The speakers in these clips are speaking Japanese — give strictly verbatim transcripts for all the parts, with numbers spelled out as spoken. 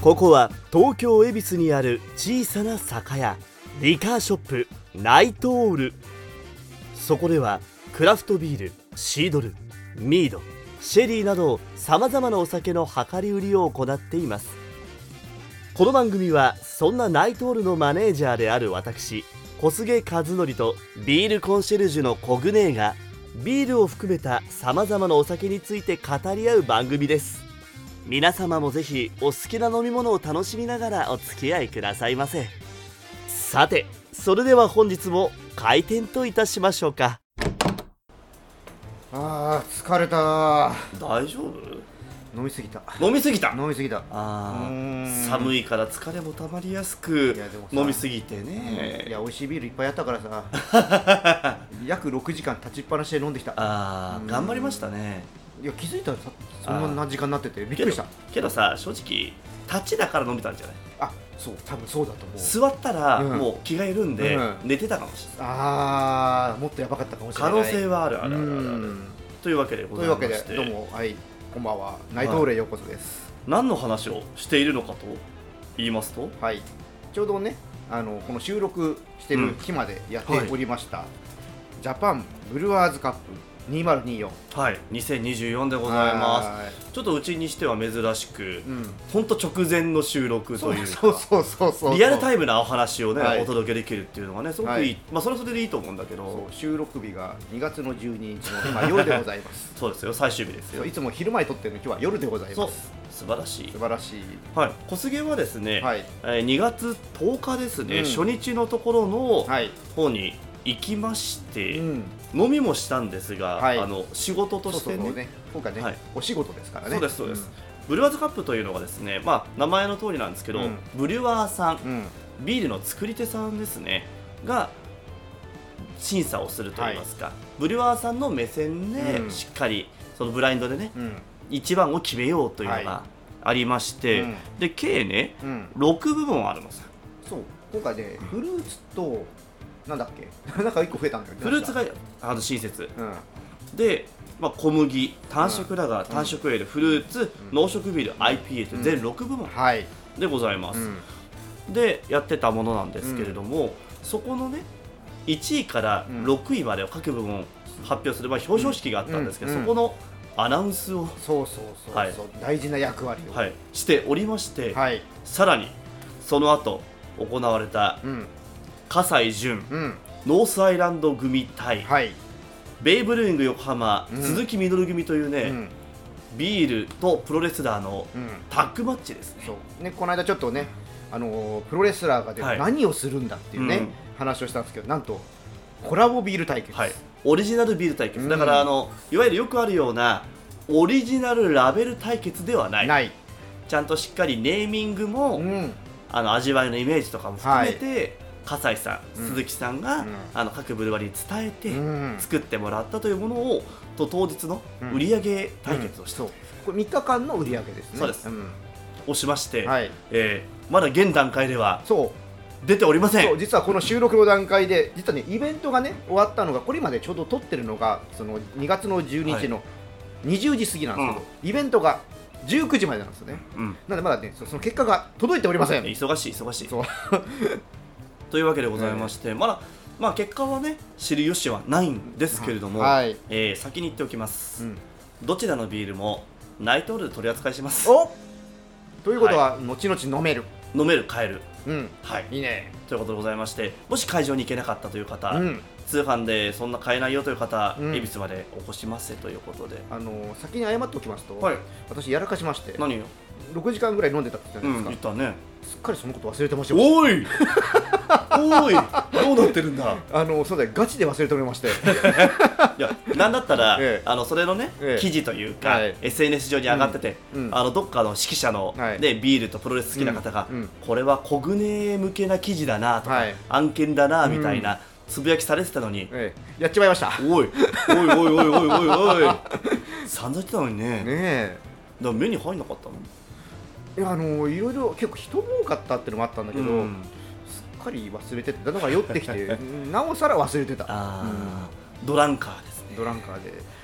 ここは東京恵比寿にある小さな酒屋、リカーショップナイトオール。そこではクラフトビール、シードル、ミード、シェリーなどさまざまなお酒の量り売りを行っています。この番組はそんなナイトオールのマネージャーである私小菅和則とビールコンシェルジュのコグネーがビールを含めたさまざまなお酒について語り合う番組です。皆様もぜひお好きな飲み物を楽しみながらお付き合いくださいませ。さて、それでは本日も開店といたしましょうか。 あー疲れた。 大丈夫？ 飲みすぎた飲みすぎた飲みすぎた。 あー、寒いから疲れもたまりやすくいやでもさ飲みすぎてね。 いや美味しいビールいっぱいあったからさ約ろくじかん立ちっぱなしで飲んできた。 あー、頑張りましたね。 いや気づいたらさそんな時間になっててびっくりした。 けど、けどさ、正直立ちだから飲めたんじゃない？ あ、そう、多分そうだと思う。 座ったらうんもう気が緩んでうん寝てたかもしれない。 あー、もっとやばかったかもしれない。 可能性はあるあるあるあるあるうんというわけでごというわけでざいましてどうも、はいこんばんは、ナイトオールへようこそです。 何の話をしているのかと言いますと、 はいちょうどね、あのこの収録してる日までやっておりました、はいジャパンブルワーズカップにせんにじゅうよん、 はいにせんにじゅうよんでございます。ちょっとうちにしては珍しく、ほんと直前の収録というか、 そうそうそうそうリアルタイムなお話をね、 はいお届けできるっていうのがねすごくいい、 はいまあそれはそれでいいと思うんだけど、 そう収録日がにがつのじゅうににちの、まあ、夜でございますそうですよ、最終日ですよ。 いつも昼前撮ってるのに今日は夜でございそうます。 素晴らしい。 素晴らしい。 はい、小菅はですね、 はいえーにがつとおかですね、 うん初日のところのはい、 方に行きまして、 うん飲みもしたんですが、 はいあの仕事としてね、 そうそうそうね今回ね、 はいお仕事ですからね。 そうですそうです、ブルワーズカップというのがですね、まあ、名前の通りなんですけど、 うんブリュワーさん、 うん、うんビールの作り手さんですねが審査をするといいますか、ブリュワーさんの目線でうんしっかりそのブラインドでね、 うん一番を決めようというのがはありまして、 うんで計ねうん、 ろくぶぶんあるんですよ。 そう今回ねフルーツとなんだっけなんかいっこ増えたんだよね。 フルーツが確あの親切かうんで、まあ、小麦、単色ラガー、 ん単色エール、フルーツ、 うん濃色ビール、アイピーエー と全ろくぶぶんはい、 でございます、 うんでやってたものなんですけれども、そこのねいちいからろくいまでを各部門発表する、まあ、表彰式があったんですけど、 うんそこのアナウンスを、 そうそうそうそう、 はい大事な役割をはい、しておりまして、 はい、 さらにその後行われたうん葛西潤うんノースアイランド組対、 はい、 ベイブルーイング横浜、 うん鈴木みのる組というね、 うんビールとプロレスラーのうんタッグマッチですね。 そうね、この間ちょっとね、あのープロレスラーがでもはい何をするんだっていうね、 うん話をしたんですけど、なんとコラボビール対決、 はい、オリジナルビール対決、 うんだからあのいわゆるよくあるようなオリジナルラベル対決ではない、 ない、 ちゃんとしっかりネーミングも、 うんあの味わいのイメージとかも含めて、葛西さん、 うん鈴木さんが、 うんあの各ブルワリーに伝えて、 うん作ってもらったというものをと当日の売り上げ対決をした、 そうこれみっかかんの売り上げですね。 そうですんをしまして、 はい、 えーまだ現段階ではそう出ておりません。 そう実はこの収録の段階で実はねイベントがね終わったのがこれまでちょうど撮ってるのがそのにがつのじゅうににちのにじゅうじ過ぎなんですけど、イベントがじゅうくじまでなんですよね。 うん、 なのでまだねそその結果が届いておりません。 忙しい忙しいそうというわけでございまして、まだまあ結果はね知る由はないんですけれども、 はい、 えー先に言っておきます、 うん、 どちらのビールもナイトオールで取り扱いします。 おということは、後々飲める。 飲める買える、 うん、 はい、 いいね。 ということでございまして、もし会場に行けなかったという方、 うん、 通販でそんな買えないよという方、 うん恵比寿までお越しませということで。 あのー先に謝っておきますと、 はい、 私やらかしまして何よ、 ろくじかんぐらい飲んでたって言ったうじゃないですか、 ん、言ったね。 すっかりそのこと忘れてましたよ。 おいおいどうなってるんだ。 あのそうだよ、ガチで忘れておりましていや、なんだったら、 ええあのそれのね、 ええ記事というか、 はいエスエヌエス 上に上がってて、 うんうんあのどっかの指揮者の、 はいでビールとプロレス好きな方が、 うんうんこれは小舟向けな記事だなとか、 はい案件だなみたいなつぶやきされてたのに、 ええやっちまいました。 おいおいおいおいおいおいおい散々言ってたのにね。 ねえだから目に入んなかったの。 いやあのいろいろ結構人も多かったっていうのもあったんだけど、 うんすっかり忘れてて、だから酔ってきてなおさら忘れてた。 あー、ドランカーですね。 ドランカーで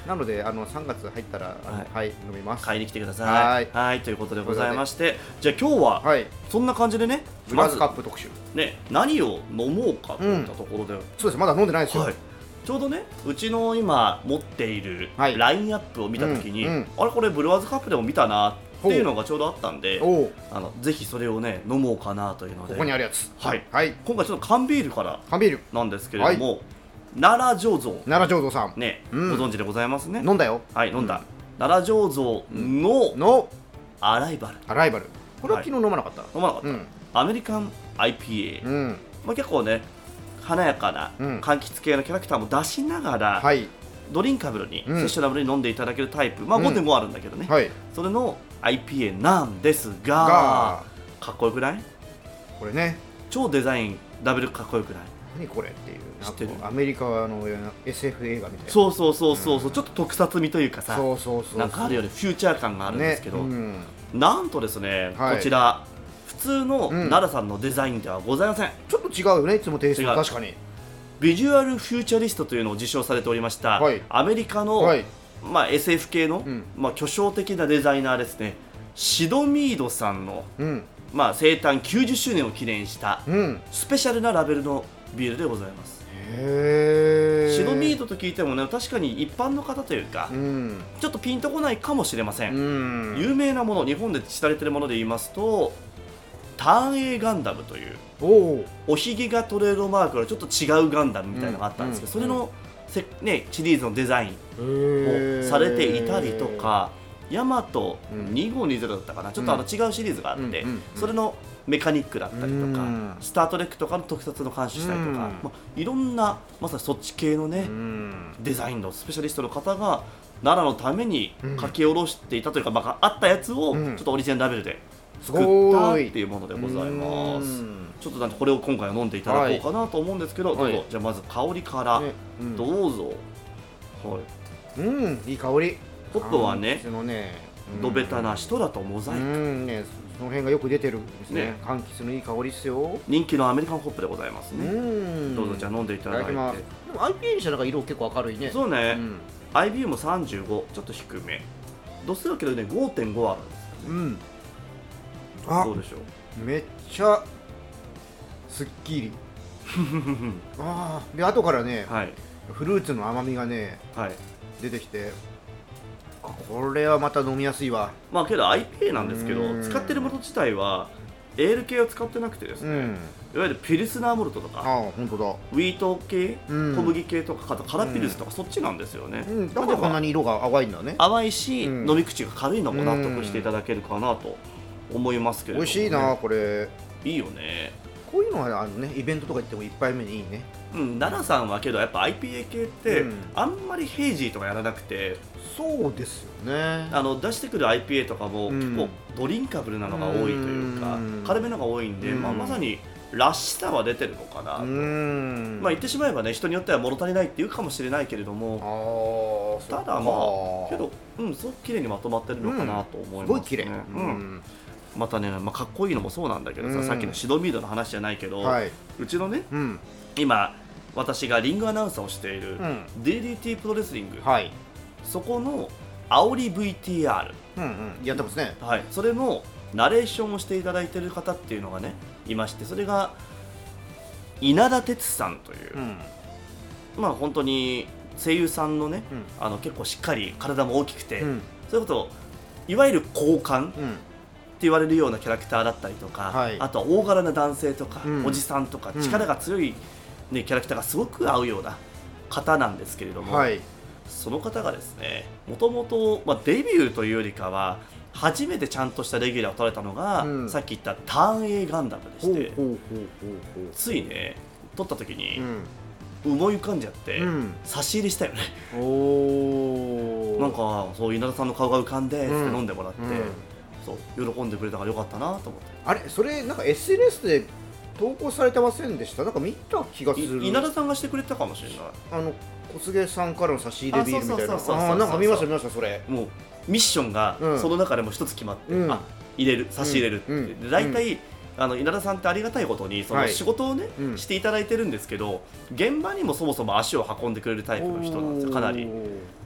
なのであのさんがつ入ったらあの、 はいはい、飲みます。 買いに来てください。 はいはいということでございまして、じゃあ今日は、 はい、 そんな感じでね、 ブラズカップ特集、 ね、何を飲もうかといったところで、 そうです、まだ飲んでないですよ。 はい、ちょうどね、うちの今持っているはいラインナップを見たときに、 うんうんあれこれブルワーズカップでも見たなっていうのがちょうどあったんで、 おう、 あのぜひそれをね飲もうかなというので、 ここにあるやつ。 はい、 はい、 今回ちょっと缶ビールから缶ビール、 なんですけれども、奈良醸造奈良醸造さん、 ね、 うんご存知でございますね。 飲んだよ。 はい、飲んだ、奈良醸造ののアライバル、 アライバル。これは昨日飲まなかった。 飲まなかった、 うん、 アメリカン アイピーエー、 うん、 まあ、結構ね華やかなうん柑橘系のキャラクターも出しながら、 はい、 ドリンカブルに、 うんセッショナブルに飲んでいただけるタイプ、まあ、 うんごてんご あるんだけどね、 はい、 それの アイピーエー なんですが、 がかっこよくない？ これね、 超デザインラベルかっこよくない？ 何これっていう、 知ってるなんかアメリカの エスエフ 映画みたいな。 そうそうそうそうそう、ちょっと特撮味というかさ、 そうそうそう、 なんかあるよね、フューチャー感があるんですけど、 ね、うん、 なんとですね、 はいこちら普通のうん奈良さんのデザインではございません。 ちょっと違うよね、いつもテイスト。 違う確かに。 ビジュアルフューチャリストというのを受賞されておりました、 はいアメリカの、 はい、 まあ、エスエフ 系の、 うんまあ、巨匠的なデザイナーですね、シドミードさんの、 うん、 まあ、生誕きゅうじゅっしゅうねんを記念したうん、 スペシャルなラベルのビールでございます。 へー、 シドミードと聞いてもね、確かに一般の方というか、 うん、 ちょっとピンとこないかもしれません、 うん、 有名なもの、日本で知られているもので言いますとターン A ガンダムというおお、 おひげがトレードマークのちょっと違うガンダムみたいなのがあったんですけど、 うんそれのせ、ね、シリーズのデザインへをーされていたりとか、ヤマトうんにごにゼロだったかな、ちょっとあの違うシリーズがあって、 うんうんうんそれのメカニックだったりとか、 うんスター・トレックとかの特撮の監修したりとか、 うんまあ、いろんなまさにそっち系のね、 うん、 デザインのスペシャリストの方が奈良のためにうん書き下ろしていたというか、まあ、あったやつをちうんょっとオリジナルラベルです作ごったっーいていうものでございます。 うんちょっとなんでこれを今回は飲んでいただこうかなと思うんですけど、 はいどうぞはいじゃあまず香りからね、うんどうぞ、はい、 うん、いい香り。 ホップはね柑橘のね、うんドベタなシトラとモザイク、 うんね、その辺がよく出てるんですねね。 柑橘のいい香りですよ。 人気のアメリカンホップでございますうね、 ん、 どうぞじゃあ飲んでいただいて、 いただきます。でも アイピーエー にしたら色結構明るいね。 そうね、 うん、 アイビー もさんじゅうご、ちょっと低め、度数はけどね ごてんご あるんですよね、 うん、あどうでしょう。 めっちゃすっきり。ああ、で後からね、 はいフルーツの甘みがねはい、 出てきて、あ、これはまた飲みやすいわ。 まあけど アイピーエー なんですけど、 うん使ってるもの自体はエール系を使ってなくてですね、 うん、 いわゆるピルスナーモルトとかああ、本当だ。 ウィート系、 うん小麦系とかあとカラピルスとか、そっちなんですよね、 うん、だからこんなに色が淡いんだね。 淡いし、 うん飲み口が軽いのも納得していただけるかなと思いますけれども、ね、 美味しいな、これ。 いいよね。 こういうのはあのね、イベントとか行っても一杯目にいいね。 うん、奈良さんはけどやっぱ アイピーエー 系って、 うんあんまりヘイジーとかやらなくて、 そうですよね。 あの出してくる アイピーエー とかもうん結構ドリンカブルなのが多いというか、 うん軽めのが多いんで、 うんまあ、まさにらしさは出てるのかなと、 うーん。 まあ言ってしまえばね、人によっては物足りないっていうかもしれないけれども、 ああ、 ただまあけど、うん、すごく綺麗にまとまってるのかなと思いますね、 すごい綺麗。 ううんん。 またね、まあ、かっこいいのもそうなんだけどさ、 うんさっきのシドミードの話じゃないけど、 はい。 うちのねうん。 今私がリングアナウンサーをしている、 うんディーディーティー プロレスリング、 はい。 そこの煽り ブイティーアール、 うんうん。やってますね。 はい、それのナレーションをしていただいている方っていうのがねいまして、それが稲田哲さんという、 うん。 まあ本当に声優さんのね、 うん。 あの結構しっかり体も大きくて、 うん。 そういうこといわゆる高官ってうん。 言われるようなキャラクターだったりとか、 はいあとは大柄な男性とか、 うんおじさんとかうん力が強い、ね、キャラクターがすごく合うような方なんですけれども、 はい。 その方がですねもともとまあデビューというよりかは初めてちゃんとしたレギュラーを取れたのが、 うんさっき言ったターン A ガンダムでほうして、 ほうほうほうついね取った時にほう。 思い浮かんじゃって、 うん。 差し入れしたよねうん。おお。 なんかそう稲田さんの顔が浮かんでってうん飲んでもらって、 うんそう喜んでくれたからよかったなと思って。 あれ、それなんか エスエヌエス で投稿されてませんでした？なんか見た気がする。 い稲田さんがしてくれたかもしれない。 あの小菅さんからの差し入れビールみたいな。 あそうそうそうそうそうあー、なんか見ました見ましたそれ。 もうミッションがうんその中でも一つ決まって、 うんあ入れる差し入れるって、 うんうんで大体、あの稲田さんってありがたいことにそのはい仕事をね、 うんしていただいてるんですけど、現場にもそもそも足を運んでくれるタイプの人なんですよ、かなり。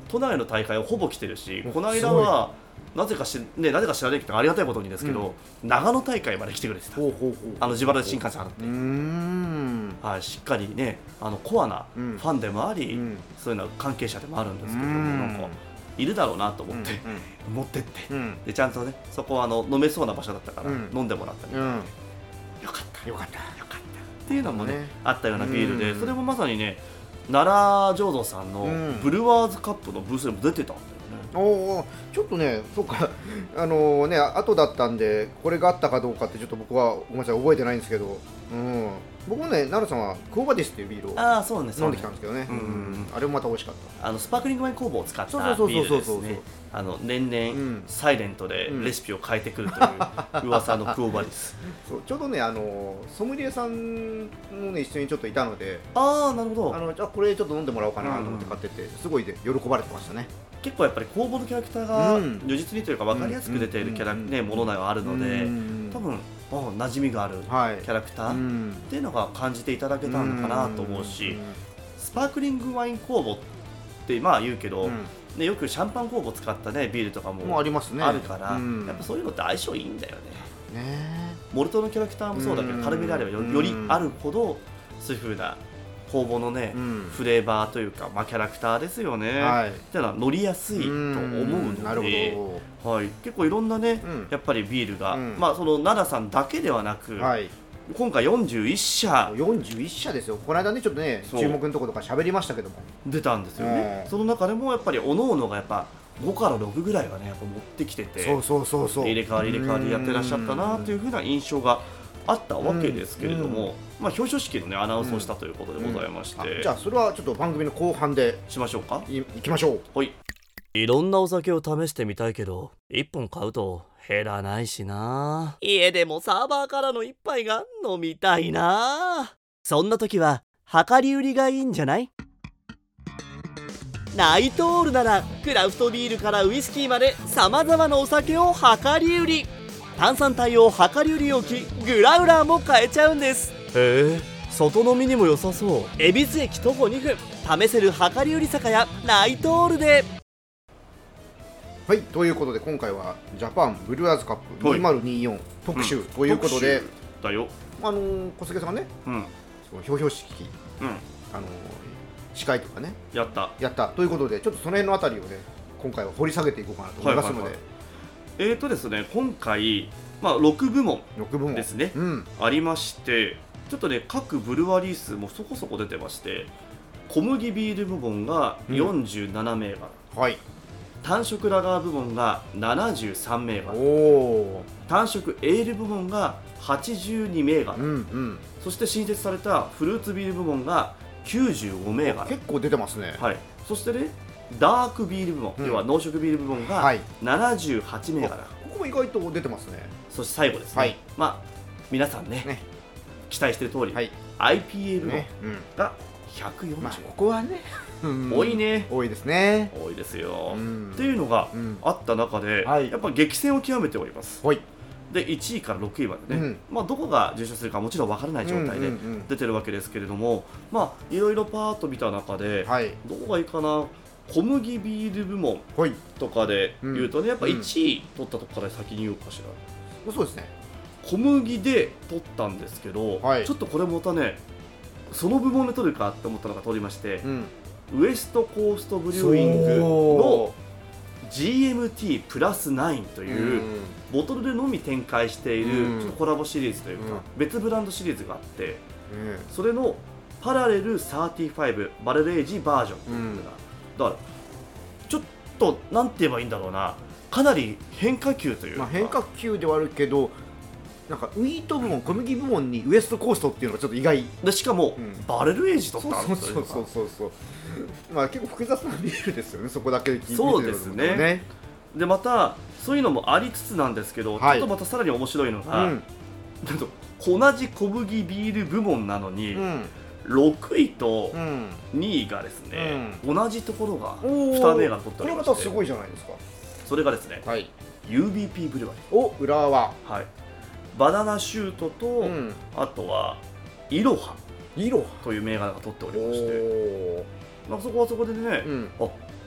都内の大会をほぼ来てるし、 うんこの間はなぜかし、ね、なぜか知らないけどありがたいことにですけど、長野大会まで来てくれてた。 ほうほうほうあの自腹で新幹線払ってうーんはい、しっかりねあのコアなフうんァンでもあり、 うんそういうのは関係者でもあるんですけども、 うんなんかいるだろうなと思って、持ってってうんでちゃんとねそこはあの飲めそうな場所だったから、 うん飲んでもらったり、 うんよかったよかったよかったっていうのもねねあったようなビールで、 うんそれもまさにね奈良醸造さんのうんブルワーズカップのブースでも出てたんだよね。 おおちょっとねそうかあのね後だったんでこれがあったかどうかってちょっと僕はごめんなさい覚えてないんですけど、うん僕もね奈良さんはクオバディスっていうビールをああそうねそ飲うんねできたんですけどね、 うんうんうんあれもまた美味しかったあのスパークリングワイン工房を使ったそうそうそうビールそうそうですね。あの年々、 うんサイレントでレシピを変えてくるという噂のクオバディス。 そうちょうどねあのソムリエさんもね一緒にちょっといたのでああなるほど。 あのじゃあこれちょっと飲んでもらおうかなと思って買ってて、すごいで喜ばれてましたね。 結構やっぱり工房のキャラクターがうん如実にというか分かりやすく出ているキャラ、 うんね、ものがあるので、 うん多分あ馴染みがあるはいキャラクターっうんていうのが感じていただけたのかなと思うし、スパークリングワイン工房ってまあ言うけど、 うんね、よくシャンパン工房使った、ね、ビールとかもうもありますね。 あるから、 うんやっぱそういうのって相性いいんだよね。 ねモルトのキャラクターもそうだけど、 うんカルビであればようんよりあるほどそういう風な工房のね、 うんフレーバーというか、まあ、キャラクターですよね、 はいっていうのは乗りやすいと思うので、 なるほはい、結構いろんなね、 うんやっぱりビールが、 うんまあその奈良さんだけではなく、 ど。はい。 今回よんじゅういっしゃよんじゅういっ社ですよ。この間ねちょっとねそう注目のところとか喋りましたけども。 出たんですよね、 うんその中でもやっぱり各々がやっぱごからろくぐらいはねやっぱ持ってきてて、 そうそうそうそう。 入れ替わり入れ替わりやってらっしゃったなというふうな印象があったわけですけれども、まあ、表彰式の、ね、アナウンスをしたということでございまして、 あじゃあそれはちょっと番組の後半でしましょうか。 いいきましょう。 はい。 いろんなお酒を試してみたいけどいっぽん買うと減らないしな。家でもサーバーからの一杯が飲みたいな。そんな時は量り売りがいいんじゃない？ナイトオールならクラフトビールからウイスキーまでさまざまなお酒を量り売り。炭酸帯用量り売り容器グラウラーも買えちゃうんです。へえ、外飲みにも良さそう。恵比寿駅徒歩にふん、試せる量り売り酒屋ナイトオールで。 はい、ということで今回はジャパンブルワーズカップにせんにじゅうよん特集ということで、 特集だよ。 あのー小菅さんがねうんその表彰式うんあのー司会とかねやった。 やったということでちょっとその辺のあたりをね今回は掘り下げていこうかなと思いますので、 はいはいはいえーとですね今回、まあ、ろくぶもんろくぶんですねうんありまして、ちょっとね各ブルワリー数もそこそこ出てまして、小麦ビール部門がよんじゅうななめいがら、 はい単色ラガー部門がななじゅうさんめいがおら、 お単色エール部門がはちじゅうにめいがら、 うんうんそして新設されたフルーツビール部門がきゅうじゅうごめいがら、 結構出てますねはい、そしてねダークビール部門、 うん要は濃色ビール部門がはいななじゅうはちめいがら、 ここも意外と出てますねそして最後ですね、 はいまあ皆さんねね期待している通り、 はいアイピーエー 部門ねうんがひゃくよんじゅう、 まあここはね多いね多いですね多いですよ、 うんっていうのがうんあった中で、 はいやっぱ激戦を極めております。 はいでいちいからろくいまでね、 うんまあ、どこが受賞するかもちろん分からない状態でうんうんうん出てるわけですけれども、まあいろいろパーッと見た中で、 はいどこがいいかな、小麦ビール部門はいとかで言うとね、やっぱうんいちい取ったとこから先に言おうかしら、 そうですね小麦で取ったんですけど、 はいちょっとこれまたねその部門で取るかって思ったのが取りまして、 うんウエストコーストブリューイングの ジーエムティー プラスナインという、ボトルでのみ展開していうんるちょっとコラボシリーズというか、 うん別ブランドシリーズがあってうんそれのパラレルさんじゅうごバレルエイジバージョンというのが、だからちょっとなんて言えばいいんだろうな、かなり変化球というか、 まあ、変化球ではあるけどなんかウィート部門小麦部門にウエストコーストっていうのがちょっと意外でしかも、 うんバレルエイジ取そうったんですよそうそうそうそうそうまあ結構複雑なビールですよねそこだけ聞いてるそうですねでまたそういうのもありつつなんですけど、 はいちょっとまたさらに面白いのが、 うんなんと同じ小麦ビール部門なのに、 うんろくいとうんにいがですね、同じところがおーにめいが取っておこれりまして、 またすごいじゃないですかそれがですね、 はいユービーピー ブルワリお浦和ー、はい、バナナシュートと、 うんあとはイロハイロという銘柄が取っておハりまして、 おまあ、そこはそこでね、 うんあ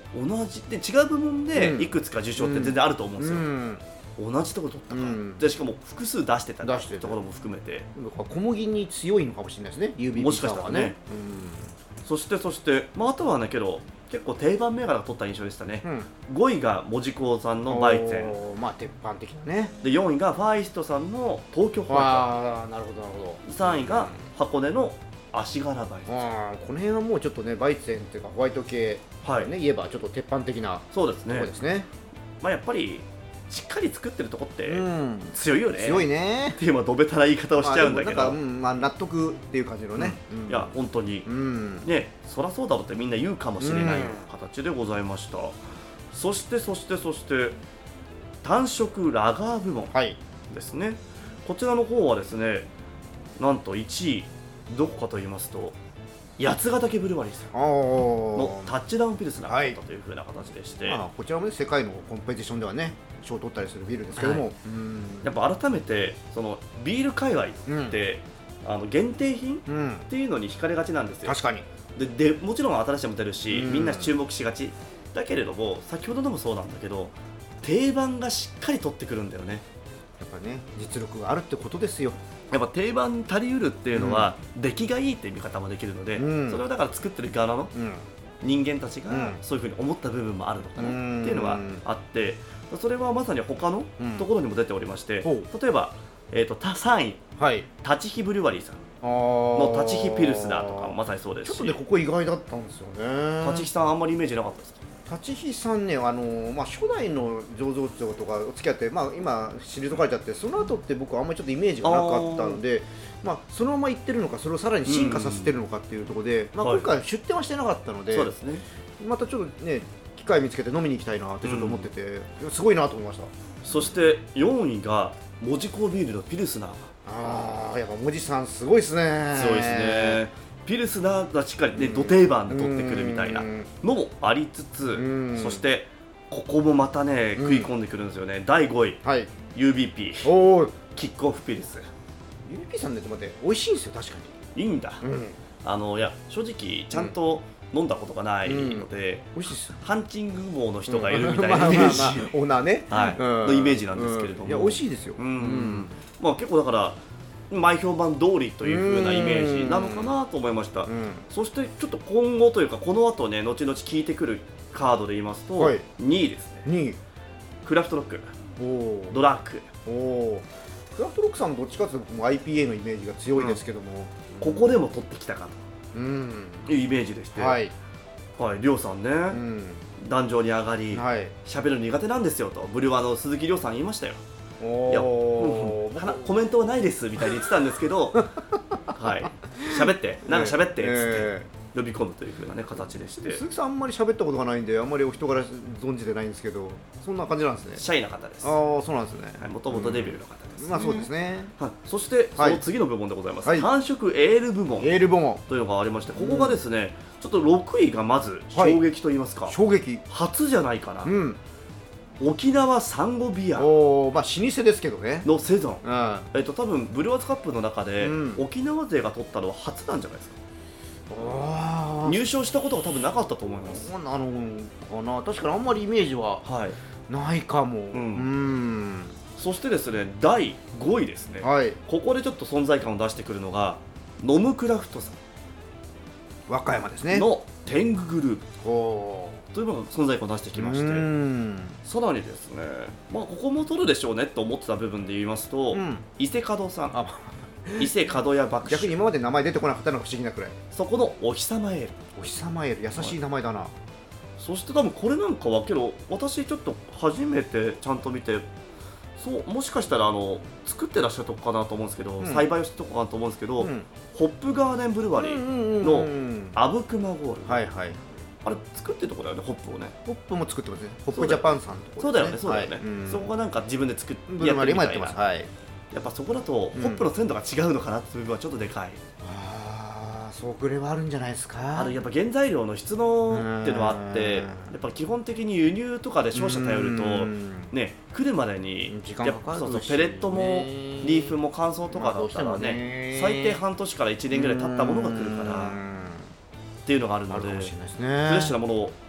同じで違う部門でうんいくつか受賞って全然あると思うんですよ、 うん同じところ取ったから、 うんでしかも複数出してた出しててところも含めて、 だから小麦に強いのかもしれないですね ユービーピーもしかしたらねそしてそして、まあ、あとはねけど結構定番銘柄が取った印象でしたね、 うん、うん、 ごいが門司港さんのバイゼンおーまあ鉄板的なねでよんいがファーイストさんの東京ホワああなるほどなるほどイトさんいが箱根の足柄バイゼン、 あーこの辺はもうちょっとねバイゼンっていうかホワイト系はい、 ね言えばちょっと鉄板的なそうですねところですねまあ、やっぱりしっかり作ってるとこってうん強いよね、 強いねっていうまあどべたな言い方をしちゃうんだけど、 まあでもなんか、うんまあ、納得っていう感じのね、うんいや本当にうんねそりゃそうだろうってみんな言うかもしれないうん形でございました、そしてそしてそして単色ラガー部門はいですね、こちらの方はですねなんといちいどこかと言いますと八ヶ岳ブルワリーさんあーのタッチダウンピルスナはいーだったというふうな形でして、 まあ、こちらも、ね、世界のコンペティションではね賞を取ったりするビールですけども、 はいうんやっぱ改めてそのビール界隈って、あの限定品っうん、 ていうのに惹かれがちなんですよ。 確かにででもちろん新しいのも出るし、 うんみんな注目しがちだけれども先ほどのもそうなんだけど定番がしっかり取ってくるんだよね。 やっぱね実力があるってことですよ。 やっぱ定番足りうるっていうのは、出来がいいっていう見方もできるので、 うんそれをだから作ってる側のうん人間たちがうんそういうふうに思った部分もあるのかなうんっていうのはあって、それはまさに他のところにも出ておりまして、 ほ例えば、えー、とたさんいはい立ち火ブルワリーさんのの立ち火ピルスナーとかもまさにそうですし、 ちょっとねここ意外だったんですよね。 立ち火さんあんまりイメージなかったですか？ 立ち火さんね、あのまあ、初代の醸造長とかお付き合って、まあ、今、退かれちゃって、その後って僕はあんまりちょっとイメージがなかったので、まあ、そのまま行ってるのか、それをさらに進化させてるのかっていうところで、まあ、 はい今回、出店はしてなかったので、 そうですね。 またちょっとね、機会見つけて飲みに行きたいなってちょっと思ってて、いやすごいなと思いました。 そしてよんいが門司港ビールのピルスナー、 あー、やっぱ、もじさん、すごいですね。 強いですね。ピルスナーがしっかりね、ど定番で取ってくるみたいなうんのもありつつ、 うんそしてここもまたねうん食い込んでくるんですよね。だいごいはい、 ユービーピーおー、 キックオフピルスゆうぴーさんね、待って、美味しいんですよ、確かいいんだ、 に。うん、 あのいや正直ちゃんと飲んだことがないので、 美味しいですよ。 ハンチング帽の人がいるみたいまあなイメージ、 まあまあオーナーね、 はいうんのイメージなんですけれども、 うんいや美味しいですよ。 うんまあ、結構だから前評判通りという風なイメージなのかなと思いました、 うんそしてちょっと今後というかこの後ね後々聞いてくるカードで言いますと、 はいにいですね、 にクラフトロックおおドラッグ、 おおクラフトロックさんどっちかというと アイピーエー のイメージが強いですけども、 ここでも取ってきたかうんというイメージでして、 はい、 はい、りょうさんね、 うん壇上に上がりはい喋るの苦手なんですよとブルワの鈴木亮さん言いましたよ。 おいや、 おうんはなコメントはないですみたいに言ってたんですけどはい喋ってなんか喋ってっつってえ呼び込むという風なね形でしてえ鈴木さんあんまり喋ったことがないんであんまりお人柄存じてないんですけどそんな感じなんですね。 シャイな方です。 ああそうなんですね。 もともとデビューの方です、 まあそうですね。 はい、そしてそはいの次の部門でございます、 はい単色エール部門エール部門というのがありましてここがですね、ちょっとろくいがまず衝撃と言いますか、 衝撃。 初じゃないかな、 うん。 沖縄サンゴビアおおまあ老舗ですけどね。 のセゾン、 うん。あえっと多分ブルワーズカップの中で、 うん沖縄勢が取ったのは初なんじゃないですか。 あ。 入賞したことが多分なかったと思います。 そうなのかな。確かにあんまりイメージははい、 ないかも。 んうんそしてですねだいごいですね、 はい。 ここでちょっと存在感を出してくるのがノムクラフトさ和歌山ですね。 んの天狗グループおというのが存在感を出してきまして、 うん。 さらにですね、まあ、ここも取るでしょうねと思ってた部分で言いますと、 うん伊勢門さんあ伊勢門屋爆酒逆に今まで名前出てこなかったのが不思議なくらい。 そこのお日様エール、 お日様エール優しい名前だな。 そして多分これなんかはけど私ちょっと初めてちゃんと見てそうもしかしたらあの作ってらっしゃるとこかなと思うんですけど、 うん栽培をしてるとこかなと思うんですけど、 うんホップガーデンブルワリーののアブクマゴール、 はいはい。 あれ作ってるとこだよねホップをね。 ホップも作ってますね。ホップジャパンさんのとこそうだよねそうだよね、 はいうんそこがなんか自分で作ってブルマリーもやってます。 やはい。 やっぱそこだとホうんップの鮮度が違うのかなっていう部分はちょっとでかい、 ああ、そうくれはあるんじゃないですか。 あるやっぱ原材料の質のっていうのはあってうんやっぱ基本的に輸入とかで商社頼るとうんね来るまでに時間かかるしやっぱそうそうペレットもリーフも乾燥とかだったらまあどうしてもねね最低半年からいちねんぐらい経ったものが来るからうんっていうのがあるのであるかもしれないですね。 フレッシュなものを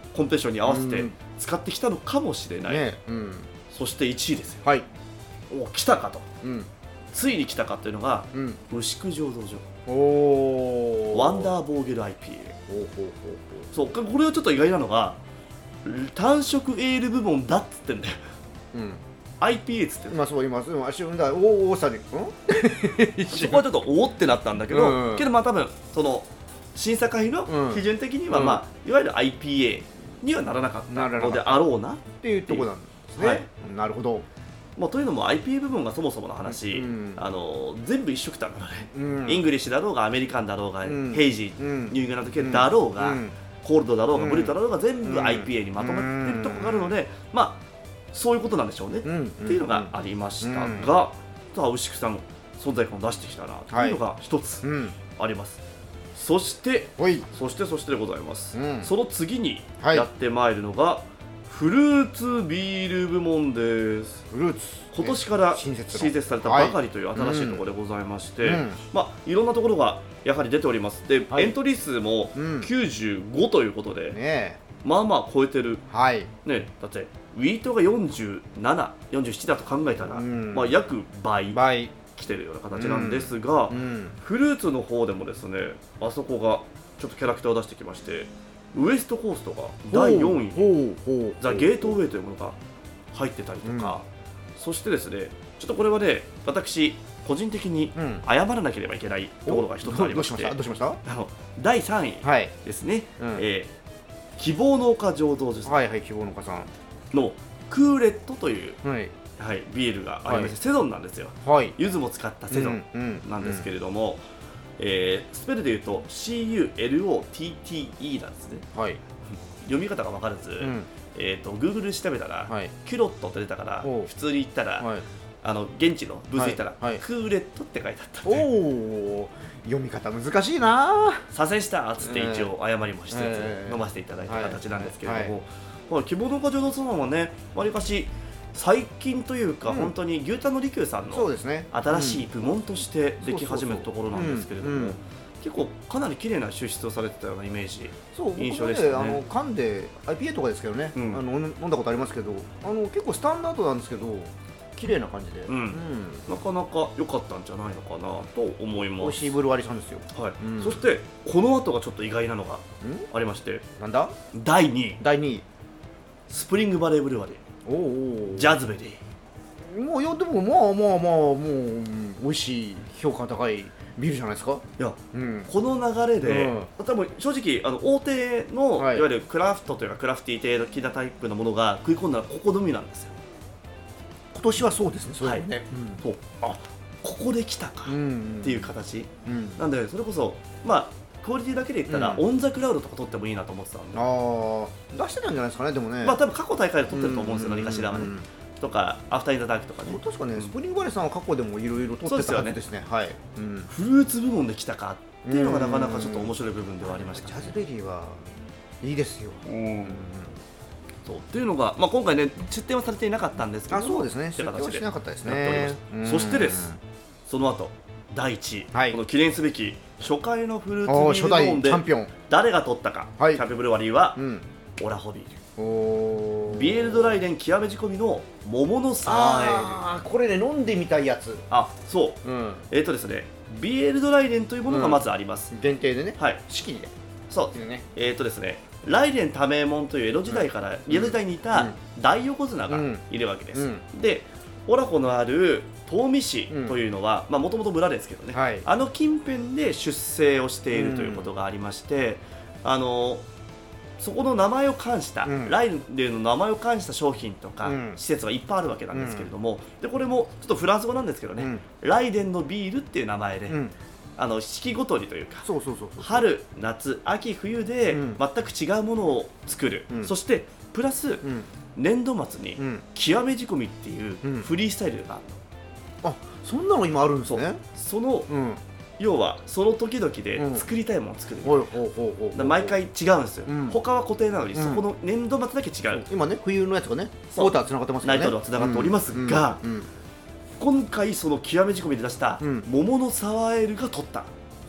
コンペティションに合わせてうん使ってきたのかもしれない、 ねうんそしていちいですよ。 はいお来たかと、 うんついに来たかっていうのがうん牛久醸造所おおワンダーボーゲル アイピーエー。 ほうほうほうそうこれはちょっと意外なのが単色エール部門だっつってんだよ。 ほううんアイピーエー っつってんだよ。 今そう今そう足踏んだおおさにうんそこはちょっとおおってなったんだけど、 うんけどまあ多分その審査会のうん基準的には、 うんまあいわゆる アイピーエー にはならなかったのであろうな。 っていうところなんですね、 はいなるほど、 まあ、というのも アイピーエー 部分がそもそもの話、 うんあの全部一緒くたなので、 うんイングリッシュだろうがアメリカンだろうが、 うんヘイジー、 うんニューイングランド系だろうが、 うんコールドだろうが、 うんブリュートだろうが全部うんアイピーエー にまとまってるところがあるので、まあそういうことなんでしょうね、 うんっていうのがありましたうんが、さあ牛久さん存在感を出してきたなというのが一つうんあります。そしておいそしてそしてでございます、 うんその次にはいやってまいるのが、フルーツビール部門です。 フルーツ今年から新設の新設されたばかりという新しいところでございまして、 うんまあ、いろんなところがやはり出ておりますで、 はいエントリー数もうんきゅうじゅうごということで、 ねまあまあ超えてる、 えはいね、だってウィートがよんじゅうなな、よんじゅうななだと考えたら、 うんまあ、約倍倍来てるような形なんですが、 うんフルーツの方でもですね、あそこがちょっとキャラクターを出してきまして、ウエストコーストがだいよんい、 ほうほうザ・ゲートウェイというものが入ってたりとか、そしてですね、ちょっとこれはね、私、個人的にうん謝らなければいけないところが一つありまして、 どうしましたどうしましたあのだいさんいはいですね、 うんえー希望の丘醸造所はいはい希望の家さんのクーレットという、 はいはい、ビールがありまして、 はいセゾンなんですよ。 はい柚子も使ったセゾンうんなんですけれども、えースペルで言うと シーユーエルオーティーティーイー なんですね。 はい読み方が分からず、 うんえー、と Google で調べたら、 はいキュロットって出たからおう普通に言ったら、 はいあの現地のブース行ったら、 はいはいクーレットって書いてあったんおで、 お読み方難しいな左遷したっつって一応謝りもしたやつええ飲ませていただいた形なんですけれども、 はいまあ希望の丘醸造所はね、わりかし最近というか、 うん本当に牛タンの利休さんのそうですね新しい部門としてでき始めたところなんですけれどもうんうん、 結構かなり綺麗な抽出をされてたようなイメージ。 そう僕印象もねでしたねあの缶で アイピーエー とかですけどね、 うんあの飲んだことありますけどあの結構スタンダードなんですけど綺麗な感じで、 うんなかなか良かったんじゃないのかなと思い美ます。 味しいブルワリーさんですよはいうんそしてこの後がちょっと意外なのがんありまして、 なんだだいにいだいにいスプリングバレーブルワリーおうおうジャズベリー。 もういやでもまあまあまあもう、うん美味しい評価高いビールじゃないですかいやうんこの流れで、 うん多分正直あの大手の、 はいい、わゆるクラフトというかクラフティー的なタイプのものが食い込んだらここのみなんですよ。 今年はそうですねそういうのね、 そうあここで来たかうんうんっていう形、 うんなんでそれこそまあクオリティだけで言ったら、 うんオン・ザ・クラウドとか取ってもいいなと思ってたんで、 ああ出してたんじゃないですかねでもねまあ多分過去大会で取ってると思うんですよ、何かしらはね、 うんうんとかアフター・イン・ザ・ダークとかね、 確かね、スプリングバレーさんは過去でもいろいろ取ってたはずですね。はい。うん。 フルーツ部門で来たかっていうのがなかなかちょっと面白い部分ではありましたジャズベリーはいいですよ。 うんそうっていうのが、まあ、今回ね出展はされていなかったんですけどあ、そうですね。 って形で出展はしなかったですやっておりましねた。そしてですその後だいいちい、 はいこの記念すべき初回のフルうん。おーーツビール部初代チ門でャンピオン。 誰が取ったか、 はいキャンペブルワリーは、 うん。 オラホビールおービエルドライデン極め仕込みの桃のサワーエール。 ああ、これね飲んでみたいやつ。 あそううん。 えーとですねビエルドライデンというものがまずあります、 限定でね。 はい四季で。 そういうね。 えーとですねライデン多名門という江戸時代から、江戸時代にいた大横綱がいるわけです、 うんでオラ湖のある東御市というのはもともと村ですけどね、 はい。 あの近辺で出生をしているということがありまして、あのそこの名前を冠した、 うんライデンの名前を冠した商品とか、 うん施設がいっぱいあるわけなんですけれども、でこれもちょっとフランス語なんですけどね、 うんライデンのビールっていう名前で、 うん。 あの四季ごとにというかそうそうそうそう。 春夏秋冬でうん全く違うものを作る、 うんそしてプラスうん。 年度末にうん。 極め仕込みっていううんフリースタイルがあるの、 あ、そんなの今あるんですね。 そのうん。 要はその時々でうん作りたいものを作る、 ほいほうほうほうほう。 だから毎回違うんですよ、 うん他は固定なのに、 うんそこの年度末だけ違う、 今ね冬のやつがねそうウォーターつながってますからねナイトロは繋がっておりますがうんうんうん今回その極め仕込みで出したうん桃のサワーエールが取った、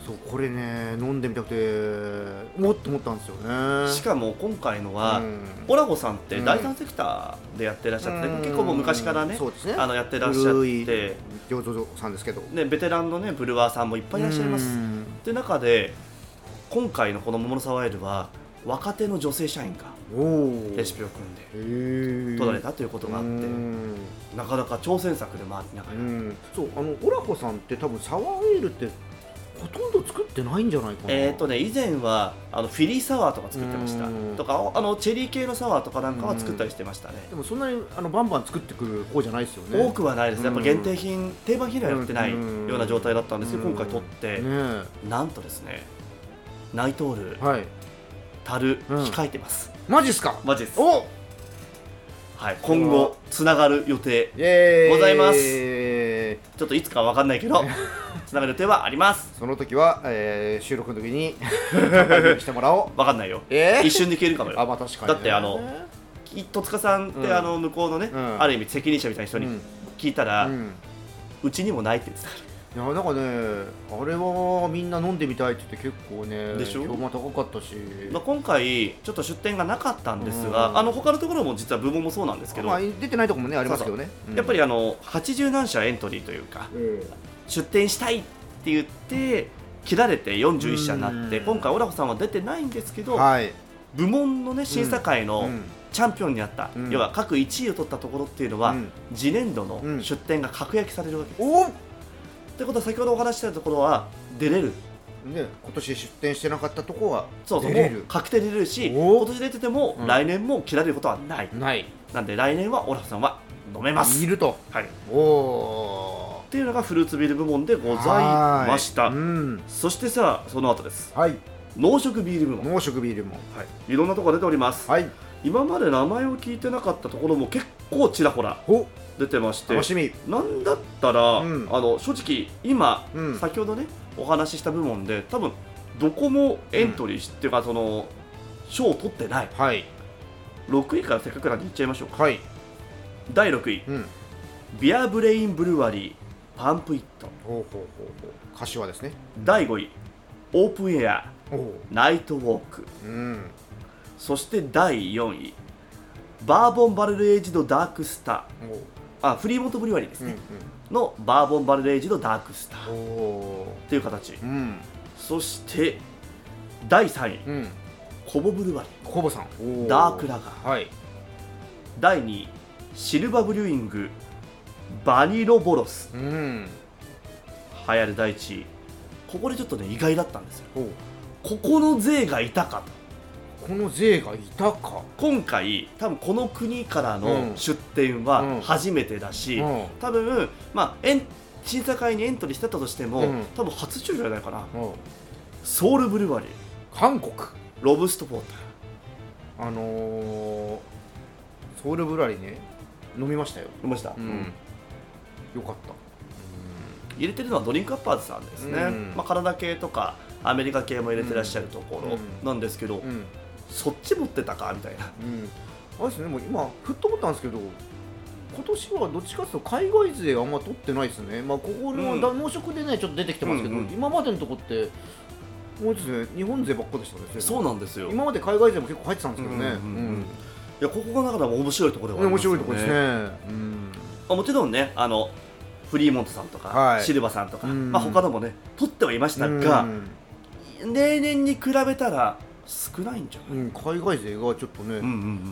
そうこれね飲んでみたくてもっと思ったんですよね。 しかも今回のは、 うん、 オラゴさんってだいさんセクターでやってらっしゃって、うん、結構もう昔からね、 そうですね、 あのやってらっしゃって醸造さんですけど、 ね、ベテランの、ね、ブルワーさんもいっぱいいらっしゃいます。という中で今回のこの桃のサワーエールは若手の女性社員がレシピを組んで取られたということがあって、なかなか挑戦作でもありながら、うん、 そうあのオラホさんって多分サワーエールってほとんど作ってないんじゃないかな。 えーとね、以前はあのフィリーサワーとか作ってましたとか、あのチェリー系のサワーとかなんかは作ったりしてましたね。 でもそんなにあのバンバン作ってくる方じゃないですよね。 多くはないですね。やっぱ限定品、定番品はやってないような状態だったんですけど、今回取って、ね、なんとですねナイトール、はい、樽控えてます、 うん、マジっすか。 マジです。 お、 はい、今後つながる予定ございます。ちょっといつかは分かんないけどつながる予定はあります。 その時は、えー、収録の時に乾杯してもらおう。 分かんないよ、 えー、 一瞬で消えるかもよ。 あ、まあ、確かに、ね、 だってあの戸塚さんって、うん、あの向こうのね、うん、ある意味責任者みたいな人に聞いたら、うち、うん、にもないって言ってた。 いやなんかね、あれはみんな飲んでみたいって言って結構ねでしょ、 評判高かったし、 まあ、今回ちょっと出店がなかったんですが、あの他のところも実は部門もそうなんですけど、 まあ、出てないところもねありますけどね。 そうそう、うん、やっぱりあのはちじゅうなんしゃエントリーというか、うん、出店したいって言って切られてよんじゅういっしゃになって、今回オラホさんは出てないんですけど、はい、部門のね審査会の、うんうん、チャンピオンになった、うん、要は各いちいを取ったところっていうのは、うん、次年度の出展が確約されるわけです、うん、ってことは先ほどお話ししたところは出れる、 ね、今年出展してなかったところはそうそう出れる、もう確定で出れるし、今年出てても、うん、来年も切られることはない、 ないなんで来年はオラフさんは飲めます。 いると、 はい、 おっていうのがフルーツビール部門でございました、うん、そしてさあその後です、はい、農食ビール部門、 農食ビール部門、 はい、いろんなところ出ております、はい、今まで名前を聞いてなかったところも結構ちらほら出てまして、 楽しみ。 なんだったら、うん、あの正直今、うん、先ほどねお話しした部門で多分どこもエントリーして、うん、いうかその賞を取ってない、はい、ろくいからせっかくなんでいっちゃいましょうか、はい、だいろくい、うん、ビアブレインブルワリーパンプイット、 ほうほうほうほう、柏ですね。 だいごいオープンエアナイトウォーク、うん、そしてだいよんいバーボンバレルエイジドダークスター、あフリーモントブリュワリーですね、うんうん、のバーボンバレルエイジドダークスターという形、うん、そしてだいさんい、うん、コボブルワリー、 コボさんダークラガー、はい、だいにいシルバーブリューイングバニロボロス、うん、流行るだいいちい、ここでちょっとね意外だったんですよ。ここの勢がいたかと。 この勢がいたか。 今回多分この国からの出展は初めてだし、うんうん、多分、まあ、審査会にエントリーしてたとしても、うん、多分初出場じゃないかな、うん、ソウルブルワリー韓国ロブストポーター、あのー、ソウルブルワリーね飲みましたよ。 飲みました、うん、 よかった。 入れてるのはドリンクアッパーズさんですね、うん、まあ、体系とかアメリカ系も入れてらっしゃるところなんですけど、うんうん、そっち持ってたかみたいな、 うん、あれですね、もう今ふっと思ったんですけど今年はどっちかというと海外勢あんま取ってないですね。まあ、ここの農食でねちょっと出てきてますけど、うんうん、今までのとこってもうですね日本勢ばっかでしたね。 そうなんですよ。 今まで海外勢も結構入ってたんですけどね、うんうんうん、 いやここが中でも面白いところではありますよね。 面白いところですね、うん、 まあ、もちろんねあのフリーモントさんとか、はい、シルバさんとか、まあ、他のもね取ってはいましたが、例年に比べたら少ないんじゃない、うん、 海外勢がちょっとね、うんうんうん、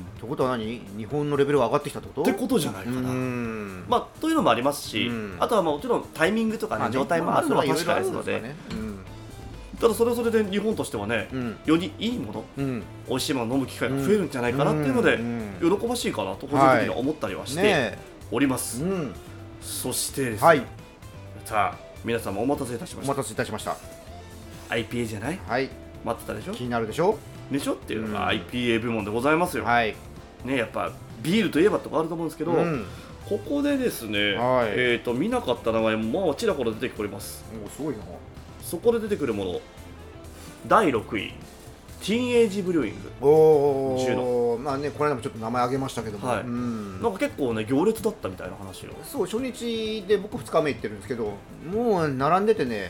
ってことは何日本のレベルが上がってきたってことってことじゃないかな、まあ、というのもありますし、うん、あとはまあもちろんタイミングとか、ね、状態もあるのは確かですので、ただそれはそれで日本としてはね、うん、よりいいもの、うん、美味しいものを飲む機会が増えるんじゃないかなっていうので、うん、喜ばしいかなと個人的には思ったりはしております、はいね、うん、そしてですね、はい、さあ皆様お待たせいたしました。 お待たせいたしました。 アイピーエー じゃない、はい、待ってたでしょ。 気になるでしょでしょっていうのが アイピーエー 部門でございますよ、はい、ね、やっぱビールといえばとかあると思うんですけど、うん、ここでですね、はい、えーと見なかった名前もまあちらほら出てきております。 おすごいな。 そこで出てくるものだいろくいティーンエイジブリューイング、 おー、まあね、これでもちょっと名前挙げましたけども、はい、うん、 なんか結構ね行列だったみたいな話を。 そう、初日で僕ふつかめ行ってるんですけど、もう並んでてね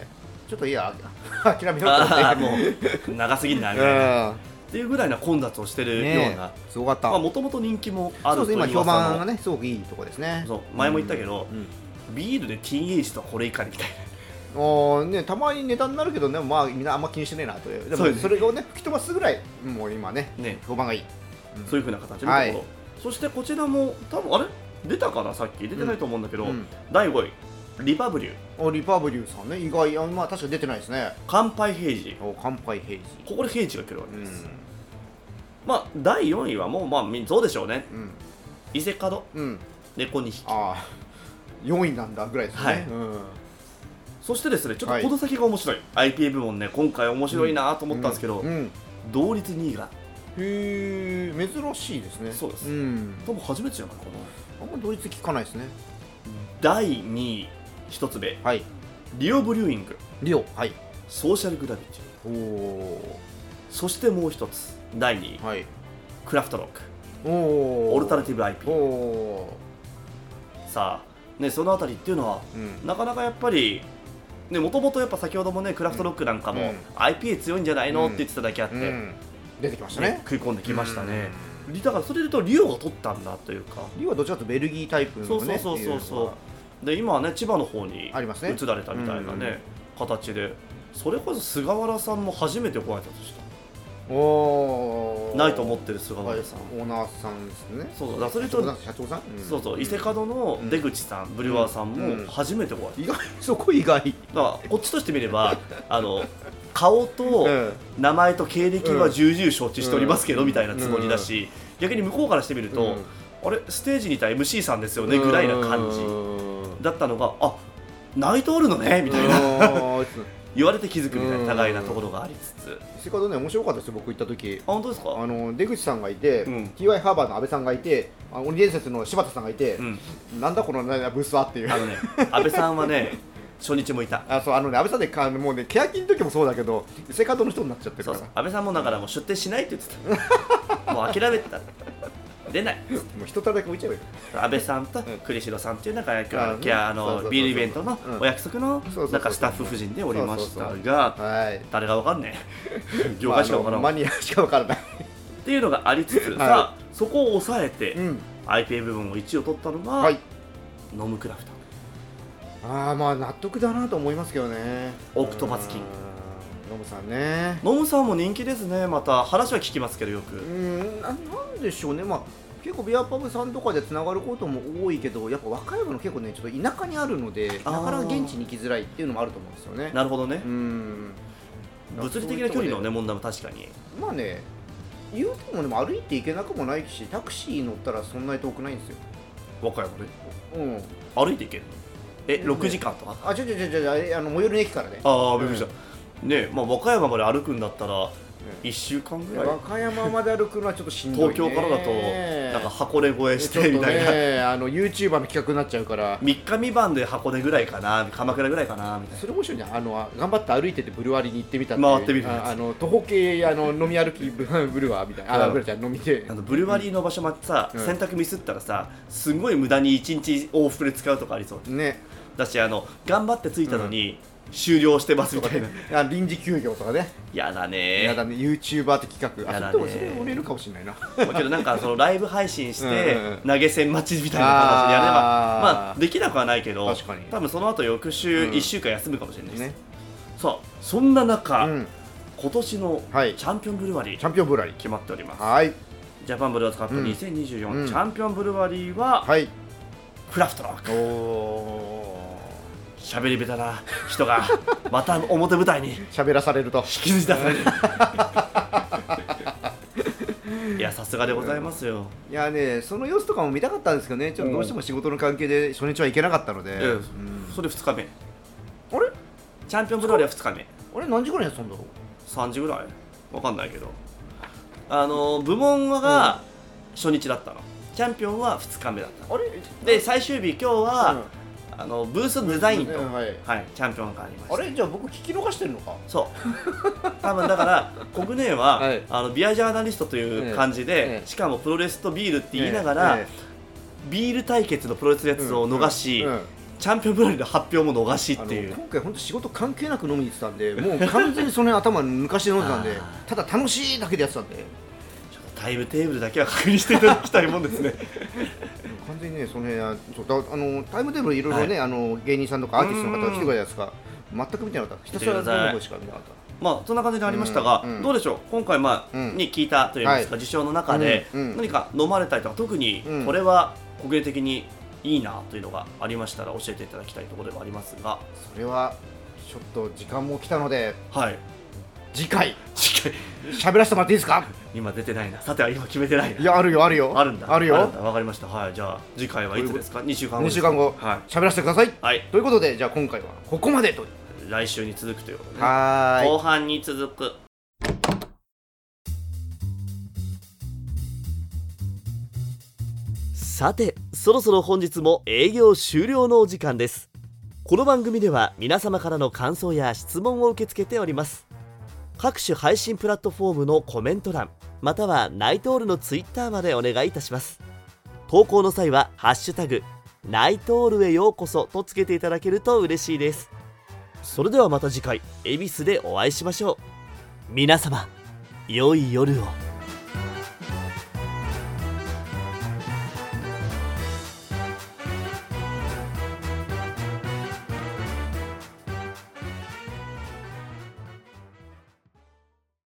ちょっといいや諦めようと思ってあーもう長すぎんなみたいなっていうぐらいな混雑をしてるような、 ね、すごかった。 もともと人気もあるというそうです、今評噂の判がねすごくいいとこですね。 そう前も言ったけど、 うんうんビールでティーンエイジとはこれ以下にみたいなおね、たまに値段になるけどね、まあ、みんなあんま気にしてねえなという、でもそうですそれをね吹き飛ばすぐらいもう今ねね評判がいい、うんそういう風な形のところ、 はい、 そしてこちらも多分あれ出たかな、さっき出てないと思うんだけど、 うんだいごいリパブリューおリパブリューさんね、意外、あまあ確か出てないですね。 乾杯平時、 お乾杯平時、 ここで平時が来るわけうんです、まあだいよんいはもうまあみそうでしょうね、 うん伊勢門うん猫にひき、 ああよんいなんだぐらいですね、 はいうんそしてですねちょっはいとこの先が面白い、アイピーエー 部門ね今回面白いなと思ったんですけど、 うんうん同率にいがへえ珍しいですね。 そうですん、 多分初めてじゃないかな。 あんま同率聞かないですね。 だいにいひとつめはいリオブリューイングリオ、はい、 ソーシャルグラビティ、 おおそしてもう一つだいにいはいクラフトロックおおオルタナティブ アイピー、 おおさあ、ね、そのあたりっていうのはうんなかなかやっぱりもともとやっぱ先ほどもねクラフトロックなんかも、 うんアイピーエー 強いんじゃないの、 うんって言ってただけあって、 うん出てきましたねね。 食い込んできましたね、 うだからそれで言うとリオが取ったんだというか、 リオはどちらかというとベルギータイプのねそうそうそうそうっていのがそうで今はね千葉の方にありますね移られたみたいなね、形でそれこそ菅原さんも初めてご挨拶したおーないと思ってる菅はい原さん、 オーナーさんですね。 そうだからそれと社長さん社長さん、うんそうそう伊勢門の出口さん、ブリュワーさんうんも初めてご挨拶、 意外そこ意外。 だからこっちとしてみればあの顔とうん名前と経歴は重々承知しておりますけど、 うんみたいなつもりだし、逆に向こうからしてみると、 うんあれステージにいた エムシー さんですよねぐらいな感じだったのが、あナイトオールのねみたいなな。 言われて気づくみたいなうん互いなところがありつつ、 伊勢門ね面白かったですよ僕行った時。 あ本当ですか。 あの出口さんがいて、 うんティーワイ ハーバーの安倍さんがいて、あ鬼伝説の柴田さんがいて、 うん、 なんだこのブースはっていう。 あのね安倍さんはね初日もいた。 あそうあのね安倍さんねかもうね欅の時もそうだけど伊勢門の人になっちゃってるからそうそう安倍さんもだからもう出店しないって言ってたもう諦めてた出ないもう一たらだけ置いちゃえばいい。 安倍さんと栗城さんっていうなんかあああのそうそうそうそうビールイベントのうんお約束のそうそうそうなんかスタッフ夫人でおりましたそうそうがはい。 誰がわかんねえ業界しかわからんまああのマニアしかわからない。 っていうのがありつつ、 はいさあそこを抑えて、 うん。 アイピーエー 部分をいちいを取ったのが、 はい。 ノムクラフトああまあ納得だなと思いますけどね。 オクトパスキングノムさんね。 ノムさんも人気ですね。また話は聞きますけどよく、 うんななんでしょうね。まあ結構ビアパブさんとかでつながることも多いけど、やっぱ和歌山の結構ねちょっと田舎にあるので、なかなか現地に行きづらいっていうのもあると思うんですよね。 なるほどねう、ん。 物理的な距離のね問題も確かにまあね、言うてもでも歩いて行けなくもないし、タクシー乗ったらそんなに遠くないんですよ。 和歌山でうん。 歩いていけるのえ、 ねろくじかんとかあ、ちょちょちょちょ、あれあの最寄りの駅からね。 ああびっくりした、ねまあ、和歌山まで歩くんだったらいっしゅうかんぐらい和歌山まで歩くのはちょっとしんどい、ね。 東京からだとなんか箱根越えしちょってとみたいな、 ね、あの YouTuber の企画になっちゃうから。 みっかみばんで箱根ぐらいかな鎌倉ぐらいかなみたいそれ面白いね。あの頑張って歩いててブルワリに行ってみたっていう回ってみるやつああの徒歩系あの飲み歩きブブルワーみたいな。あ、 うんブルちゃん飲みてな。あのブルワリーの場所もさ、 うん選択ミスったらさすごい無駄にいちにち往復で使うとかありそうね。 だしあの頑張って着いたのに、終了してますみたいなあ臨時休業とかね。 やだねやだね。YouTuber って企画。あ、 やだねでもそれ売れるかもしれないな。 だけどなんかそのライブ配信してうんうん投げ銭待ちみたいな形でやればあーまあできなくはないけど確かに多分その後翌週うんいっしゅうかん休むかもしれないです、 ね。 さあそんな中、 うん。 今年のはいチャンピオンブルワリーチャンピオンブルワリー。 決まっておりますはい。 ジャパンブルワーズカップうんにせんにじゅうよん、 うんチャンピオンブルワリーは、 はい。 クラフトロックおお。 喋り下手な人がまた表舞台に喋らされると。 引きずり出されるいやさすがでございますよ、 いやね、その様子とかも見たかったんですけどね、ちょっとどうしても仕事の関係で初日は行けなかったので、 ええうんそれふつかめあれチャンピオンブルワリーはふつかめあれ何時ぐらいやってたんだろさんじぐらいわかんないけどあの部門が初日だったの、チャンピオンはふつかめだったうあれで最終日今日は、あのブースデザインと、 うんはいはい、チャンピオンがありましたあれじゃあ僕聞き逃してるのかそう多分だから国内は、 はいあのビアジャーナリストという感じで、 ええしかもプロレスとビールって言いながら、 ええビール対決のプロレスやつを逃し、 うんうんチャンピオンブラリーの発表も逃しっていう。 今回本当仕事関係なく飲みに行ってたんで、もう完全にその辺頭昔で飲んでたんでただ楽しいだけでやってたんで、ちょっとタイムテーブルだけは確認していただきたいもんですね完全にね、その辺はちょっとあのタイムテーブルいろいろね、はい、あの芸人さんとかアーティストの方が来てくれたやつか全く見てなかった。ひたすら飲む方しか見なかった。 まあそんな感じでありましたが、うんうん、どうでしょう、今回、まあうん、に聞いたといいますか、はい、事象の中で、うんうん、何か飲まれたりとか、特にこれは国芸的にいいなというのがありましたら教えていただきたいところではありますが、 それはちょっと時間も来たので、 はい、 次回次回喋らせてもらっていいですか。 今出てないな、さては今決めてないな。 いや、あるよあるよ、 あるんだあるよ、 わかりました。はい、じゃあ次回はいつですか。にしゅうかんごにしゅうかんご、はい、喋らせてください。 はい、 ということで、じゃあ今回はここまでと。 来週に続くということで、ね、 はい、 後半に続く。 さて、そろそろ本日も営業終了のお時間です。この番組では皆様からの感想や質問を受け付けております。各種配信プラットフォームのコメント欄、またはナイトールのツイッターまでお願いいたします。投稿の際はハッシュタグナイトールへようこそとつけていただけると嬉しいです。それではまた次回恵比寿でお会いしましょう。皆様良い夜を。